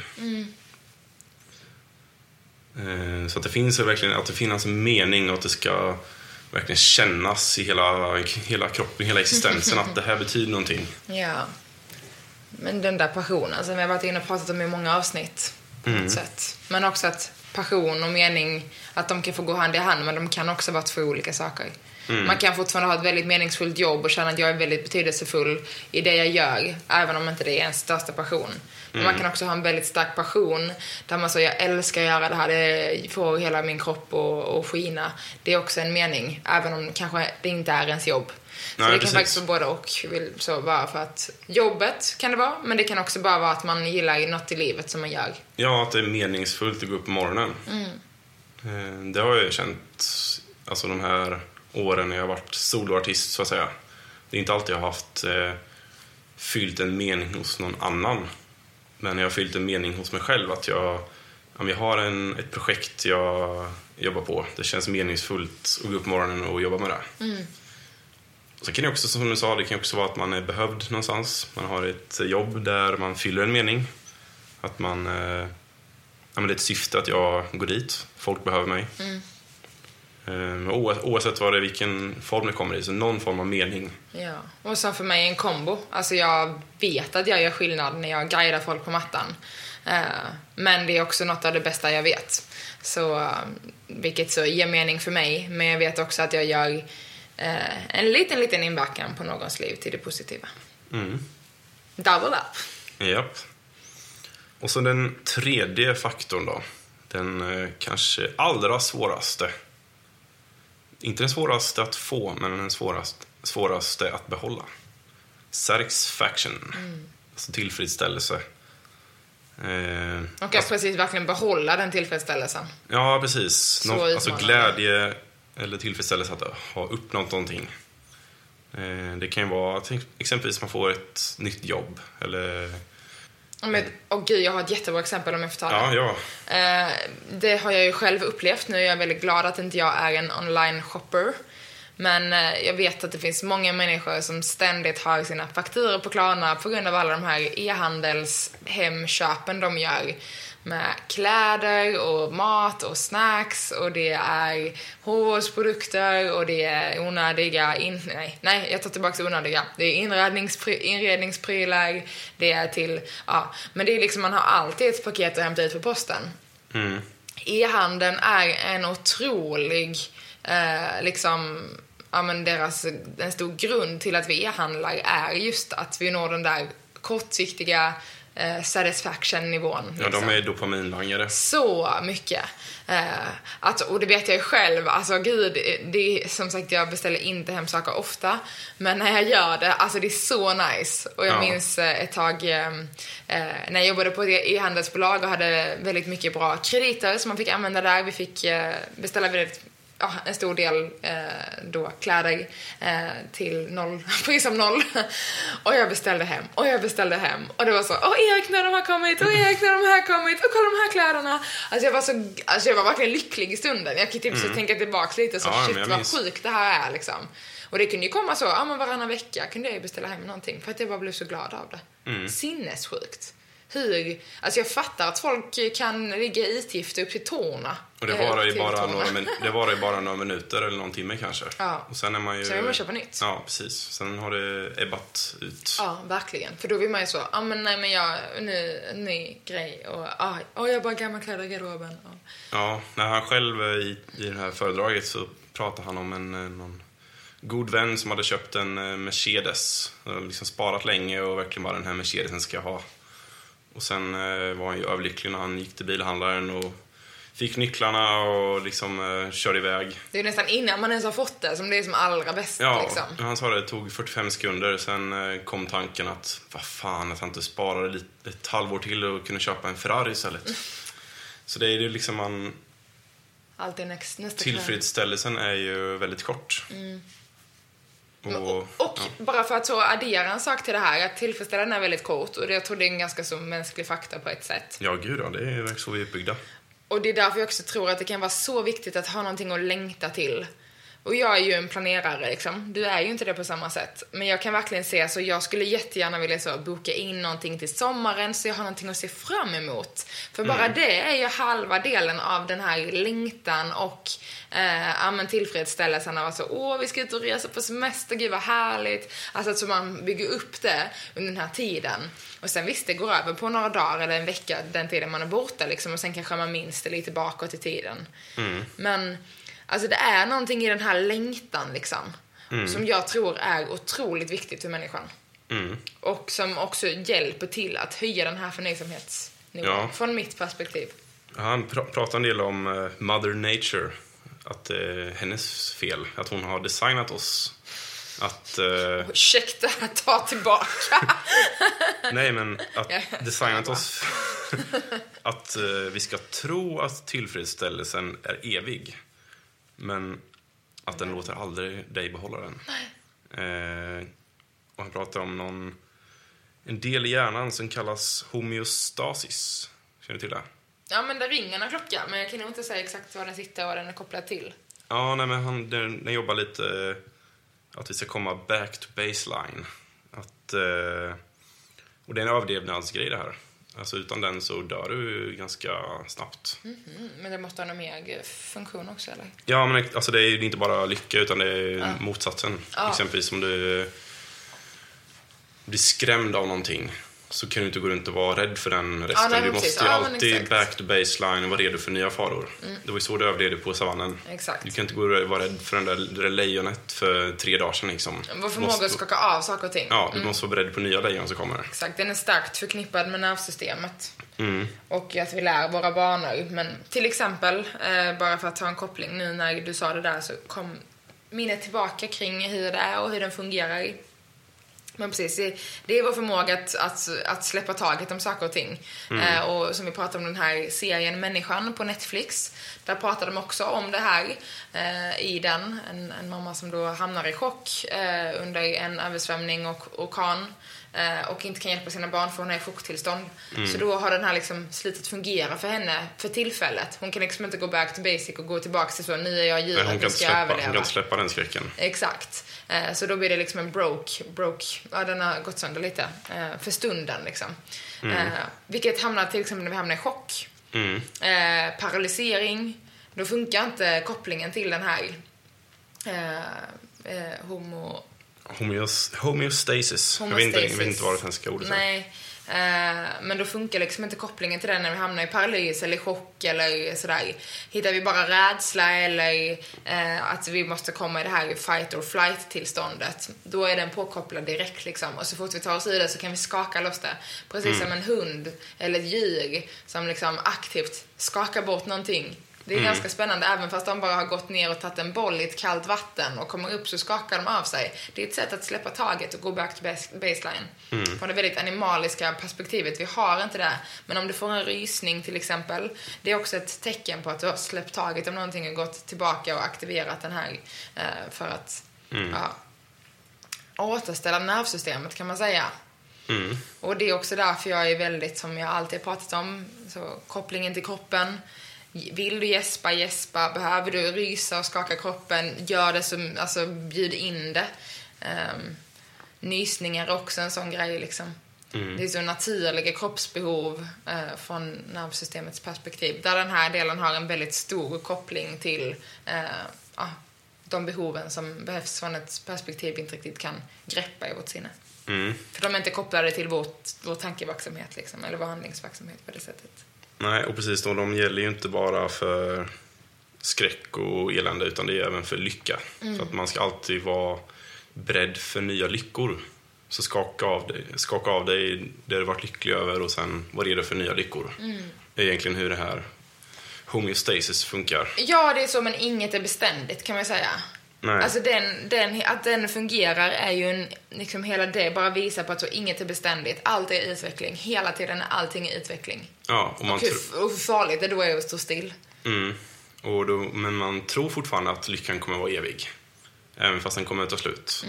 Så att det finns verkligen, att det finns en mening och att det ska verkligen kännas i hela kroppen, hela existensen att det här betyder någonting. Ja. Men den där passionen som vi har varit inne och pratat om i många avsnitt på ett sätt. Men också att passion och mening, att de kan få gå hand i hand, men de kan också vara två olika saker. Man kan fortfarande ha ett väldigt meningsfullt jobb och känna att jag är väldigt betydelsefull i det jag gör, även om inte det är ens största passion. Men man kan också ha en väldigt stark passion där man säger jag älskar att göra det här, det får hela min kropp och skina. Det är också en mening, även om kanske det inte är ens jobb. Så det kan faktiskt vara både och, så bara för att jobbet kan det vara, men det kan också bara vara att man gillar något i livet som man gör. Ja, att det är meningsfullt att gå upp på morgonen. Det har jag känt, alltså de här åren när jag har varit soloartist så att säga. Det är inte alltid jag har haft fyllt en mening hos någon annan. Men jag har fyllt en mening hos mig själv, att jag har ett projekt jag jobbar på. Det känns meningsfullt att gå upp på morgonen och jobba med det. Så kan det också, som du sa, det kan också vara att man är behövd någonstans. Man har ett jobb där man fyller en mening. Att man, det är ett syfte att jag går dit. Folk behöver mig. Oavsett vad det är, vilken form det kommer i, så någon form av mening. Ja, och sen för mig en kombo. Alltså jag vet att jag gör skillnad när jag guidar folk på mattan. Men det är också något av det bästa jag vet. Så, vilket så ger mening för mig. Men jag vet också att jag gör en liten inverkan på någons liv till det positiva. Double up. Japp. Och så den tredje faktorn då. Den kanske allra svåraste. Inte den svåraste att få, men den svåraste att behålla. Satisfaction. Alltså tillfredsställelse. Och att precis verkligen behålla den tillfredsställelsen. Ja, precis. Alltså glädje eller tillfredsställelse att ha uppnått någonting. Det kan ju vara att exempelvis man får ett nytt jobb. Eller... Gud, jag har ett jättebra exempel om jag får ta det. Ja. Det har jag ju själv upplevt nu. Jag är väldigt glad att inte jag är en online shopper. Men jag vet att det finns många människor som ständigt har sina fakturor på Klarna på grund av alla de här e-handelshemköpen de gör. Med kläder och mat och snacks, och det är hårvårdsprodukter och det är onödiga nej, jag tar tillbaka onödiga. Det är inredningsprylar, det är till men det är liksom, man har alltid ett paket att hämta ut på posten. E-handeln är en otrolig en stor grund till att vi e-handlar är just att vi når den där kortsiktiga satisfaction-nivån. Ja, de är dopaminlangare. Så mycket. Och det vet jag ju själv. Alltså gud, det är, som sagt, jag beställer inte hem saker ofta. Men när jag gör det, alltså det är så nice. Och jag minns ett tag när jag jobbade på ett e-handelsbolag och hade väldigt mycket bra krediter som man fick använda där. Vi fick beställa en stor del kläder till pris om 0. Och jag beställde hem. Och det var så, Erik, när de har kommit, och Erik, när de här kommit, och kolla de här kläderna. Alltså jag var verkligen lycklig i stunden. Jag kan typ så tänka tillbaka lite så, shit vad sjukt det här är liksom. Och det kunde ju komma så, varannan vecka kunde jag ju beställa hem någonting för att jag bara blev så glad av det. Sinnessjukt. Alltså jag fattar att folk kan ligga i utgifter upp till tårna. Och det var ju bara några minuter eller någon timme kanske. Ja. Och sen är man ju... Sen vill man köpa nytt. Ja, precis. Sen har det ebbat ut. Ja, verkligen. För då vill man ju så, men jag ny grej. Och jag bara gamla kläder i garderoben. Ja, när han själv i det här föredraget så pratade han om någon god vän som hade köpt en Mercedes. Och liksom sparat länge och verkligen bara den här Mercedesen ska jag ha. Och sen var han ju överlycklig när han gick till bilhandlaren och fick nycklarna och liksom körde iväg. Det är nästan innan man ens har fått det som det är som allra bäst. Ja, liksom. Han sa det tog 45 sekunder. Sen kom tanken att vad fan, att han inte sparade ett halvår till och kunde köpa en Ferrari istället. Så det är ju liksom alltid nästa tillfredsställelsen är ju väldigt kort. Och bara för att så addera en sak till det här, att tillfredsställelsen är väldigt kort, och jag tror det är en ganska så mänsklig faktor på ett sätt. Ja, gud ja, det är så vi är uppbyggda. Och det är därför jag också tror att det kan vara så viktigt att ha någonting att längta till. Och jag är ju en planerare liksom. Du är ju inte det på samma sätt. Men jag kan verkligen se, så jag skulle jättegärna vilja så boka in någonting till sommaren så jag har någonting att se fram emot. För bara det är ju halva delen av den här längtan och tillfredsställelsen av att vi ska ut och resa på semester, gud vad härligt. Alltså att så man bygger upp det under den här tiden. Och sen visst, det går över på några dagar eller en vecka, den tiden man är borta liksom. Och sen kanske man minns det lite bakåt i tiden. Men alltså det är någonting i den här längtan liksom, som jag tror är otroligt viktigt för människan. Och som också hjälper till att höja den här förnöjsamhetsnivån från mitt perspektiv. Han pratar en del om Mother Nature, att det är hennes fel, att hon har designat oss att... Ursäkta, ta tillbaka. Nej, men att designat oss att vi ska tro att tillfredsställelsen är evig, men att den låter aldrig dig behålla den. Och han pratar om en del i hjärnan som kallas homeostasis. Känner du till det? Ja, men det ringer en klocka, men jag kan nog inte säga exakt vad den sitter och vad den är kopplad till. Ja, nej, men den jobbar lite att vi ska komma back to baseline. Och det är en överlevnadsgrej det här. Alltså utan den så dör du ganska snabbt. Men det måste ha någon mer funktion också, eller? Ja, men alltså det är inte bara lycka utan det är motsatsen. Exempelvis om du blir skrämd av någonting så kan du inte gå runt och vara rädd för den resten. Du måste ju alltid back to baseline och vara redo för nya faror. Det var ju så du överlevde på savannen. Exakt. Du kan inte gå och vara rädd för det där lejonet för 3 dagar sedan liksom. Vår förmåga att skaka av saker och ting. Ja, du måste vara beredd på nya lejon som kommer. Exakt, den är starkt förknippad med nervsystemet. Och att vi lär våra banor. Men till exempel, bara för att ta en koppling nu när du sa det där, så kom minnet tillbaka kring hur det är och hur den fungerar. Men precis, det är vår förmåga att släppa taget om saker och ting. Och som vi pratade om den här serien Människan på Netflix, där pratade de också om det här i den. En mamma som då hamnar i chock under en översvämning och orkan och inte kan hjälpa sina barn för hon är i chocktillstånd. Så då har den här liksom slutat fungera för henne för tillfället. Hon kan liksom inte gå back to basic och gå tillbaka till så, nu är jag djuret, nu ska jag överleva. Hon kan släppa den skräcken. Exakt. Så då blir det liksom en broke. Ja, den har gått sönder lite för stunden liksom. Vilket hamnar till exempel när vi hamnar i chock. Paralysering. Då funkar inte kopplingen till den här homeostasis. Jag vet inte vad det svenska ordet är. Nej. Men då funkar liksom inte kopplingen till den när vi hamnar i paralys eller chock eller sådär. Hittar vi bara rädsla eller att vi måste komma i det här fight or flight tillståndet, då är den påkopplad direkt liksom. Och så fort vi tar oss i det så kan vi skaka loss det. Precis som en hund eller ett djur som liksom aktivt skakar bort någonting. Det är ganska spännande, även fast de bara har gått ner och tagit en boll i ett kallt vatten och kommer upp så skakar de av sig. Det är ett sätt att släppa taget och gå back to baseline. Från det väldigt animaliska perspektivet, vi har inte det. Men om du får en rysning till exempel, det är också ett tecken på att du har släppt taget om någonting har gått tillbaka och aktiverat den här för att återställa nervsystemet, kan man säga. Och det är också därför jag är väldigt, som jag alltid har pratat om, så kopplingen till kroppen. Vill du gäspa, behöver du rysa och skaka kroppen, gör det som, alltså bjud in det. Nysningar är också en sån grej liksom. Det är så naturliga kroppsbehov från nervsystemets perspektiv, där den här delen har en väldigt stor koppling till de behoven som behövs från ett perspektiv vi inte riktigt kan greppa i vårt sinne. För de är inte kopplade till vår tankeverksamhet liksom, eller vår handlingsverksamhet på det sättet. Nej, och precis då, de gäller ju inte bara för skräck och elände, utan det är även för lycka. För att man ska alltid vara beredd för nya lyckor. Så skaka av dig det du varit lycklig över och sen vara redo för nya lyckor. Det är egentligen hur det här homeostasis funkar. Ja, det är så, men inget är beständigt, kan man säga. Nej. Alltså att den fungerar är ju liksom hela det bara visar på att så inget är beständigt. Allt är utveckling. Hela tiden är allting i utveckling. Ja, och hur farligt det då är att stå still. Men man tror fortfarande att lyckan kommer att vara evig. Även fast den kommer att ta slut.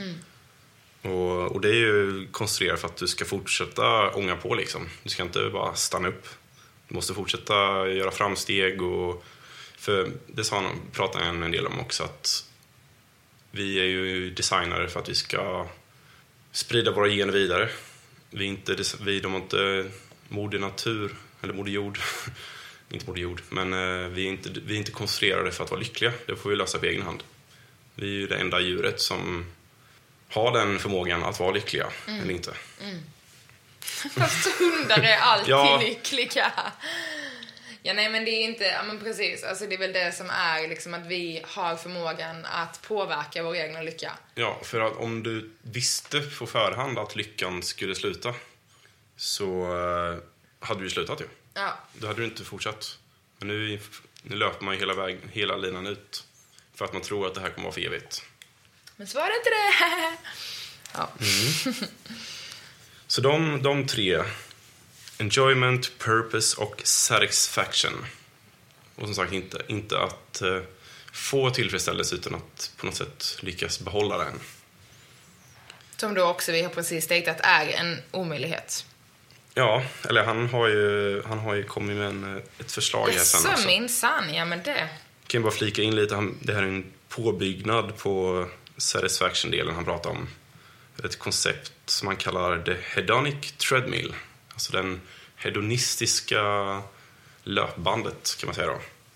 Och det är ju konstruerat för att du ska fortsätta ånga på liksom. Du ska inte bara stanna upp. Du måste fortsätta göra framsteg. För det pratade han en del om också, att Vi är ju designare för att vi ska sprida våra gener vidare. De har inte moder natur, eller moder jord. Inte moder jord, men vi är inte konstruerade för att vara lyckliga. Det får vi lösa på egen hand. Vi är ju det enda djuret som har den förmågan att vara lyckliga, eller inte. Fast hundar är alltid Ja. lyckliga. Ja, nej, men det är inte... Ja, men precis. Alltså, det är väl det som är liksom att vi har förmågan att påverka vår egna lycka. Ja, för att om du visste på förhand att lyckan skulle sluta så hade du ju slutat ju. Ja. Då hade du inte fortsatt. Men nu löper man ju hela linan ut för att man tror att det här kommer vara för evigt. Men så var det inte det. Ja. Så de tre: enjoyment, purpose och satisfaction. Och som sagt inte att få tillfredsställelse utan att på något sätt lyckas behålla den. Som då också vi har precis statat är en omöjlighet. Ja, eller han har ju kommit med ett förslag här sen också. Så minsann, ja men det. Kan jag bara flika in lite, det här är en påbyggnad på satisfaction-delen han pratar om. Ett koncept som man kallar the hedonic treadmill. Alltså den hedonistiska löpbandet kan man säga då.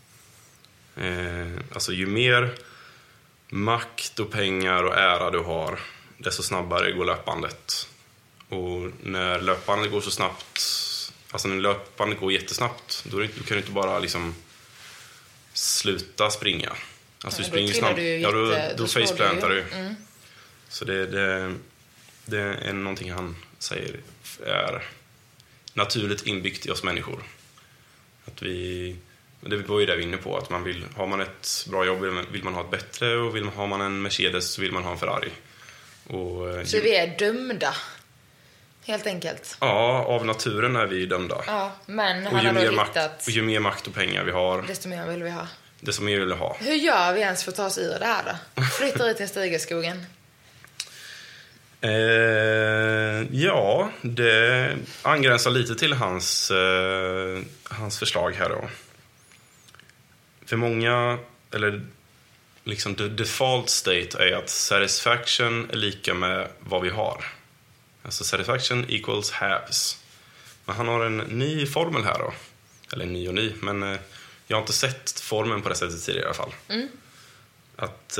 Alltså ju mer makt och pengar och ära du har, desto snabbare går löpbandet. Och när löpbandet går så snabbt, alltså när löpbandet går jättesnabbt, då kan du inte bara liksom sluta springa. Alltså du springer snabbt, då faceplantar du. Så det är någonting han säger är naturligt inbyggt i oss människor. Att det var ju det vi är inne på, att har man ett bra jobb vill man ha ett bättre, och har man en Mercedes så vill man ha en Ferrari. Så vi är dömda, helt enkelt. Ja, av naturen är vi dömda. Ja, men och ju mer makt och pengar vi har, desto mer vill vi ha. Desto mer vill vi ha. Hur gör vi ens för att ta oss ur det här då? Flyttar ut till Stigeskogen? Ja, det angränsar lite till hans förslag här då. För många, eller liksom the default state är att satisfaction är lika med vad vi har. Alltså satisfaction equals haves. Men han har en ny formel här då. Eller ny, men jag har inte sett formeln på det sättet tidigare i alla fall. Att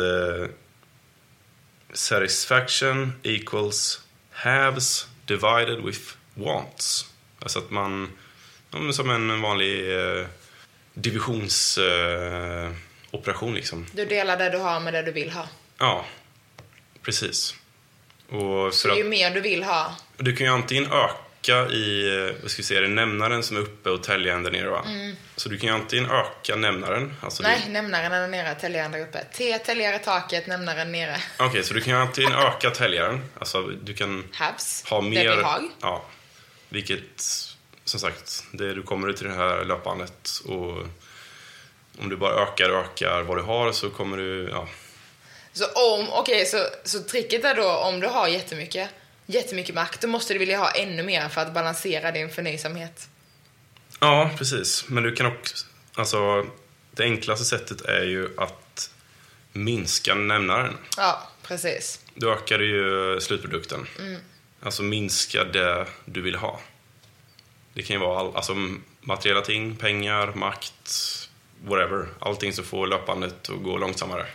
satisfaction equals haves divided with wants. Alltså att man, som en vanlig divisionsoperation liksom. Du delar det du har med det du vill ha. Ja, precis. Och så ju mer du vill ha. Du kan ju antingen öka i, nämnaren som är uppe och täljaren där nere, va? Så du kan ju antingen öka nämnaren. Alltså nämnaren är där nere, täljaren där uppe. Täljare taket, nämnaren nere. Okej, så du kan ju antingen öka täljaren. Alltså du kan ha mer. Det vi har. Ja, vilket, som sagt, du kommer ut till det här löpbandet, och om du bara ökar vad du har så kommer du, ja. Så tricket är då, om du har jättemycket makt, då måste du vilja ha ännu mer för att balansera din förnöjsamhet. Ja, precis. Men du kan också, alltså det enklaste sättet är ju att minska nämnaren. Ja, precis. Då ökar du ju slutprodukten. Alltså minska det du vill ha. Det kan ju vara materiella ting, pengar, makt, whatever. Allting som får löpandet att gå långsammare.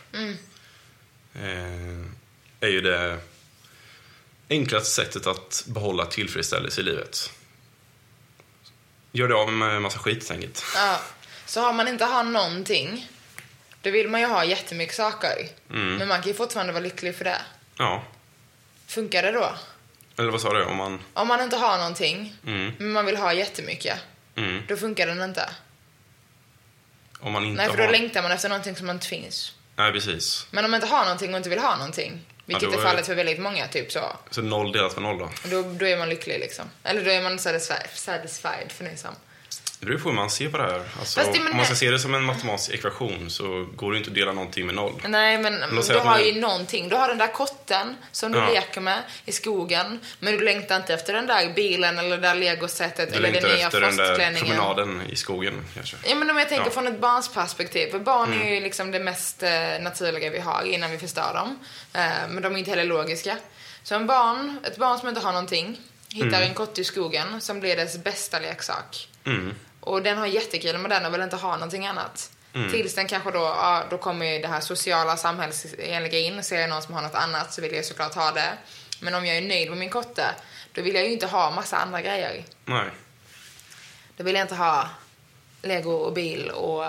Är ju det enklaste sättet att behålla tillfredsställelse i livet. Gör det av med en massa skit, helt enkelt. Ja, så har man inte någonting, då vill man ju ha jättemycket saker. Men man kan ju fortfarande vara lycklig för det. Ja. Funkar det då? Eller vad sa du? Om man inte har någonting, men man vill ha jättemycket, då funkar den inte. Om man inte Nej, för då längtar man efter någonting som inte finns. Nej, precis. Men om man inte har någonting och inte vill ha någonting, vilket är fallet för väldigt många, typ så. Så 0 delat med 0 då? Då är man lycklig liksom. Eller då är man satisfied, förnöjsam. Det beror på hur man ser på det här. Alltså, om man ska se det som en matematisk ekvation så går det inte att dela någonting med noll. Nej, men du har ju någonting. Du har den där kotten som du leker med i skogen. Men du längtar inte efter den där bilen eller det där legosättet eller den nya efter den där frostklänningen. promenaden i skogen kanske. Ja, men om jag tänker från ett barns perspektiv. För barn är ju liksom det mest naturliga vi har innan vi förstör dem. Men de är inte heller logiska. Så ett barn som inte har någonting hittar en kotte i skogen som blir dess bästa leksak. Och den har jättekul med den och vill inte ha någonting annat. Tills den kanske då kommer ju det här sociala samhällsenliga in. Ser jag någon som har något annat så vill jag såklart ha det. Men om jag är nöjd med min kotte, då vill jag ju inte ha massa andra grejer. Nej. Då vill jag inte ha Lego och bil och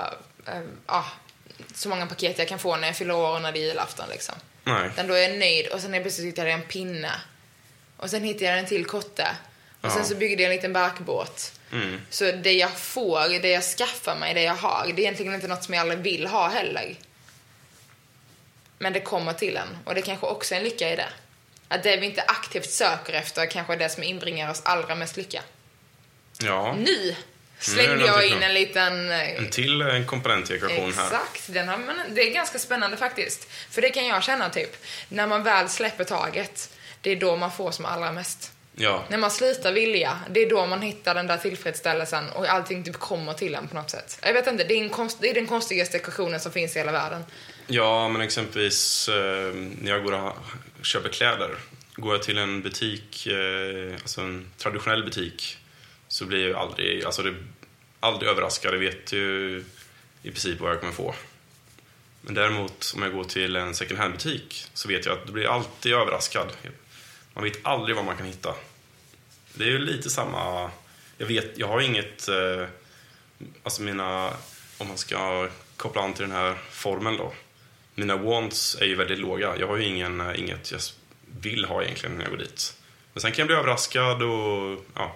så många paket jag kan få när jag fyller år och när det är julafton liksom. Nej. Utan då är jag nöjd och sen plötsligt hittar jag en pinne. Och sen hittar jag en till kotte. Och sen så byggde jag en liten barkbåt. Så det jag får, det jag skaffar mig, det jag har, det är egentligen inte något som jag aldrig vill ha heller. Men det kommer till en. Och det kanske också är en lycka i det. Att det vi inte aktivt söker efter kanske är det som inbringar oss allra mest lycka. Ja. Nu slängde jag in en liten... En till komponent i ekvationen här. Exakt. Det är ganska spännande faktiskt. För det kan jag känna typ. När man väl släpper taget, det är då man får som allra mest. Ja. När man slutar vilja, det är då man hittar den där tillfredsställelsen och allting typ kommer till en på något sätt. Jag vet inte, det är den konstigaste ekvationen som finns i hela världen. Ja, men exempelvis när jag går och köper kläder. Går jag till en butik, alltså en traditionell butik, så blir jag aldrig överraskad. Jag vet ju i princip vad jag kommer få. Men däremot om jag går till en second hand butik så vet jag att du blir alltid överraskad. Man vet aldrig vad man kan hitta. Det är ju lite samma... Jag har inget... Alltså om man ska koppla an till den här formeln då. Mina wants är ju väldigt låga. Jag har ju inget jag vill ha egentligen när jag går dit. Men sen kan jag bli överraskad och... Ja.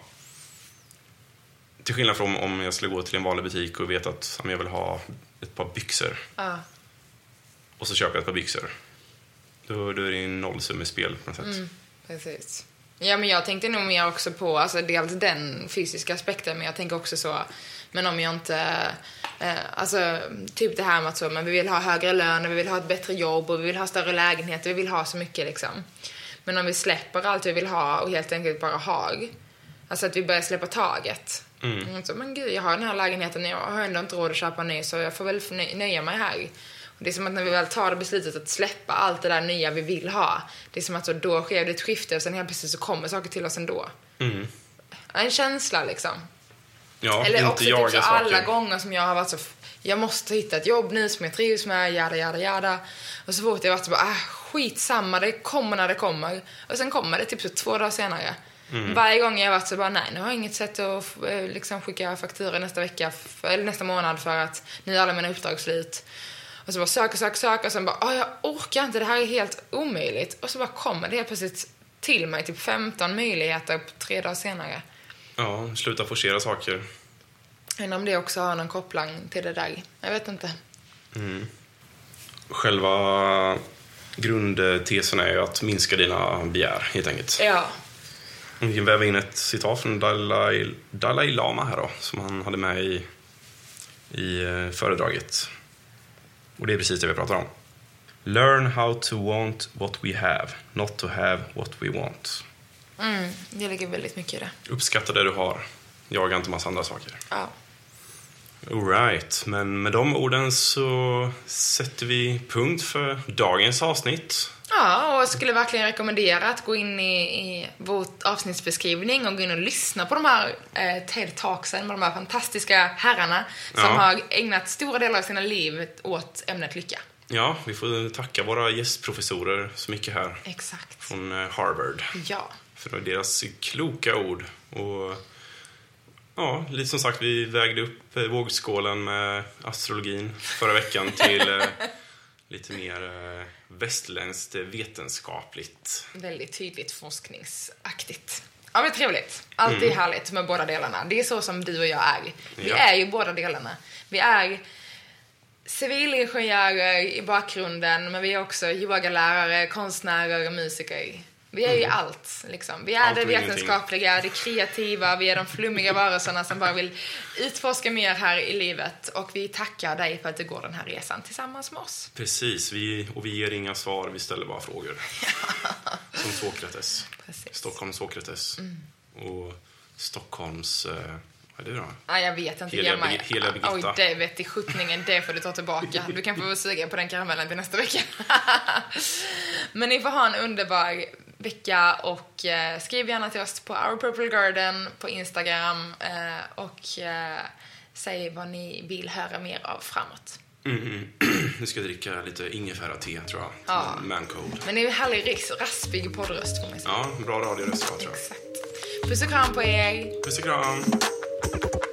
Till skillnad från om jag skulle gå till en vanlig butik och vet att jag vill ha ett par byxor. Och så köper jag ett par byxor. Då är det en nollsummespel på något sätt. Precis. Ja, men jag tänkte nog mer också på alltså dels den fysiska aspekten, men jag tänker också så, men om jag inte alltså typ det här med att så, men vi vill ha högre lön, vi vill ha ett bättre jobb och vi vill ha större lägenheter, vi vill ha så mycket liksom. Men om vi släpper allt vi vill ha och helt enkelt bara har, alltså att vi börjar släppa taget. Så, men gud, jag har den här lägenheten, jag har ändå inte råd att köpa en ny, så jag får väl nöja mig här. Det är som att när vi väl tar det beslutet att släppa allt det där nya vi vill ha, det är som att så, då sker det ett skifte och sen helt plötsligt så kommer saker till oss ändå. En känsla liksom. Ja, eller inte också typ så saker. alla gånger som jag har varit så, jag måste hitta ett jobb nu som jag trivs med, jada. Och så fort jag varit så bara, skitsamma, det kommer när det kommer. Och sen kommer det typ så 2 dagar senare. Varje gång jag har varit så bara, nej, nu har jag inget sätt att liksom skicka fakturor nästa vecka eller nästa månad för att nu är alla mina uppdrag slut. Och så bara sök och sen bara, jag orkar inte, det här är helt omöjligt. Och så bara kommer det helt plötsligt till mig typ 15 möjligheter 3 dagar senare. Ja, sluta forcera saker. Men om det också har någon koppling till det där, jag vet inte. Själva grundtesen är ju att minska dina begär, helt enkelt. Ja. Vi kan väva in ett citat från Dalai Lama här då, som han hade med i föredraget. Och det är precis det vi pratar om. Learn how to want what we have, not to have what we want. Det ligger väldigt mycket i det. Uppskatta det du har. Jaga inte massa andra saker. Ja. All right, men med de orden så sätter vi punkt för dagens avsnitt. Ja, och jag skulle verkligen rekommendera att gå in i vår avsnittsbeskrivning och gå in och lyssna på de här TED-talksen med de här fantastiska herrarna som har ägnat stora delar av sina liv åt ämnet lycka. Ja, vi får tacka våra gästprofessorer så mycket här. Exakt. Från Harvard. Ja. För deras kloka ord. Och ja, lite som sagt, vi vägde upp vågskålen med astrologin förra veckan till lite mer västländskt vetenskapligt. Väldigt tydligt forskningsaktigt. Ja, men trevligt. Alltid härligt med båda delarna. Det är så som du och jag är. Vi är ju båda delarna. Vi är civilingenjörer i bakgrunden, men vi är också yogalärare, konstnärer och musiker. Vi är ju allt, liksom. Vi är Allt det och vetenskapliga, det kreativa, vi är de flummiga varelserna som bara vill utforska mer här i livet. Och vi tackar dig för att du går den här resan tillsammans med oss. Precis, vi ger inga svar, vi ställer bara frågor. Som Sokrates. Precis. Stockholms Sokrates. Och Stockholms... vad är det då? Ja, jag vet inte. Heliga Birgitta. Oj, det vet i skjutningen. Det får du ta tillbaka. Du kan få suga på den karamellen till nästa vecka. Men ni får ha en underbar vecka och skriv gärna till oss på Our Purple Garden på Instagram och säg vad ni vill höra mer av framåt. Nu ska jag dricka lite ingefära-te, tror jag. Ja. Man-cold. Men det är ju härlig, raspig poddröst, får man säga. Ja, bra radioröst, tror jag. Exakt. Puss och kram på er. Puss och kram.